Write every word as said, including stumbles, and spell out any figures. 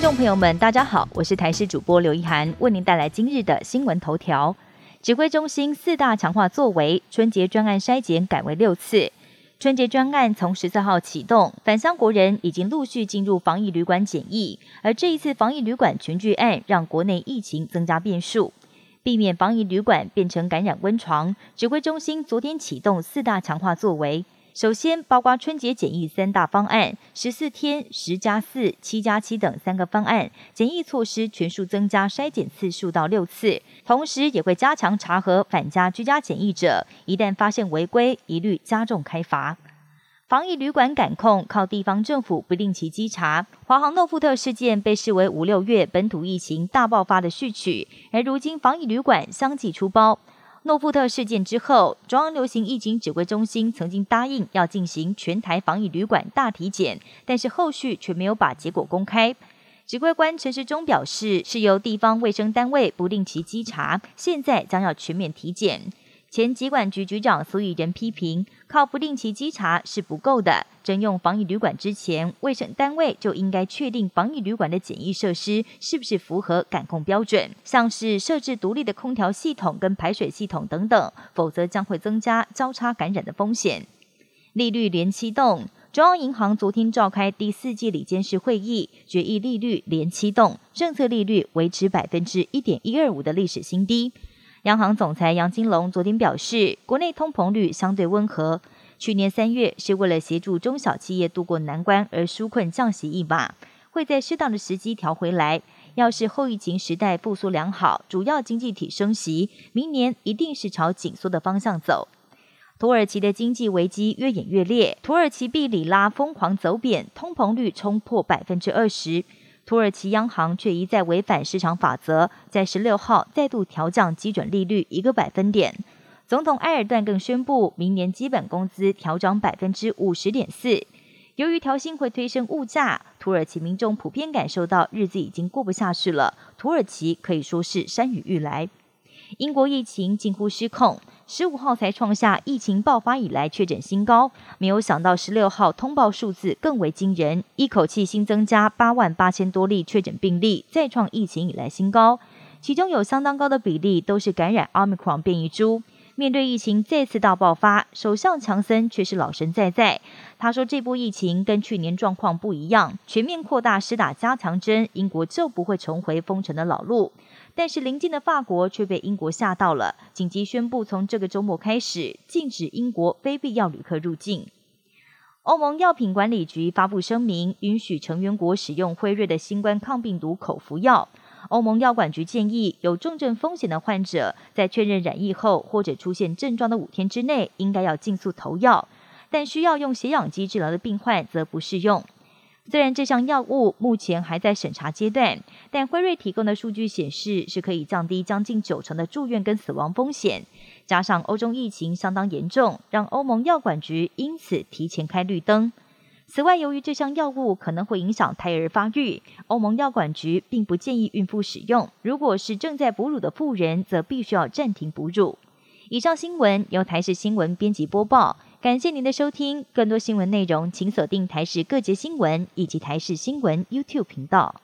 众朋友们，大家好，我是台视主播刘一涵，为您带来今日的新闻头条。指挥中心四大强化作为，春节专案筛检改为六次。春节专案从十四号启动，返乡国人已经陆续进入防疫旅馆检疫，而这一次防疫旅馆群聚案让国内疫情增加变数。避免防疫旅馆变成感染温床，指挥中心昨天启动四大强化作为。首先，包括春节检疫三大方案，十四天、十加四、七加七等三个方案，检疫措施全数增加筛检次数到六次，同时也会加强查核返家居家检疫者，一旦发现违规，一律加重开罚。防疫旅馆感控靠地方政府不定期稽查，华航诺富特事件被视为五六月本土疫情大爆发的序曲，而如今防疫旅馆相继出包。诺富特事件之后，中央流行疫情指挥中心曾经答应要进行全台防疫旅馆大体检，但是后续却没有把结果公开。指挥官陈时中表示，是由地方卫生单位不定期稽查，现在将要全面体检。前疾管局局长苏益仁批评，靠不定期稽查是不够的，征用防疫旅馆之前，卫生单位就应该确定防疫旅馆的检疫设施是不是符合感控标准，像是设置独立的空调系统跟排水系统等等，否则将会增加交叉感染的风险。利率连七动，中央银行昨天召开第四届理监事会议，决议利率连七动，政策利率维持 百分之一点一二五 的历史新低。央行总裁杨金龙昨天表示，国内通膨率相对温和，去年三月是为了协助中小企业渡过难关而纾困降息一码，会在适当的时机调回来。要是后疫情时代复苏良好，主要经济体升息，明年一定是朝紧缩的方向走。土耳其的经济危机越演越烈，土耳其币里拉疯狂走贬，通膨率冲破 百分之二十。土耳其央行却一再违反市场法则，在十六号再度调降基准利率一个百分点。总统埃尔段更宣布，明年基本工资调涨 百分之五十点四。由于调薪会推升物价，土耳其民众普遍感受到日子已经过不下去了，土耳其可以说是山雨欲来。英国疫情近乎失控，十五号才创下疫情爆发以来确诊新高，没有想到十六号通报数字更为惊人，一口气新增加八万八千多例确诊病例，再创疫情以来新高，其中有相当高的比例都是感染 Omicron 变异株。面对疫情再次大爆发，首相强森却是老神在在，他说这波疫情跟去年状况不一样，全面扩大施打加强针，英国就不会重回封城的老路。但是邻近的法国却被英国吓到了，紧急宣布从这个周末开始禁止英国非必要旅客入境。欧盟药品管理局发布声明，允许成员国使用辉瑞的新冠抗病毒口服药。欧盟药管局建议，有重症风险的患者在确认染疫后或者出现症状的五天之内，应该要尽速投药，但需要用血氧机治疗的病患则不适用。虽然这项药物目前还在审查阶段，但辉瑞提供的数据显示是可以降低将近九成的住院跟死亡风险，加上欧洲疫情相当严重，让欧盟药管局因此提前开绿灯。此外，由于这项药物可能会影响胎儿发育，欧盟药管局并不建议孕妇使用，如果是正在哺乳的妇人，则必须要暂停哺乳。以上新闻由台视新闻编辑播报，感谢您的收听。更多新闻内容请锁定台视各节新闻以及台视新闻 YouTube 频道。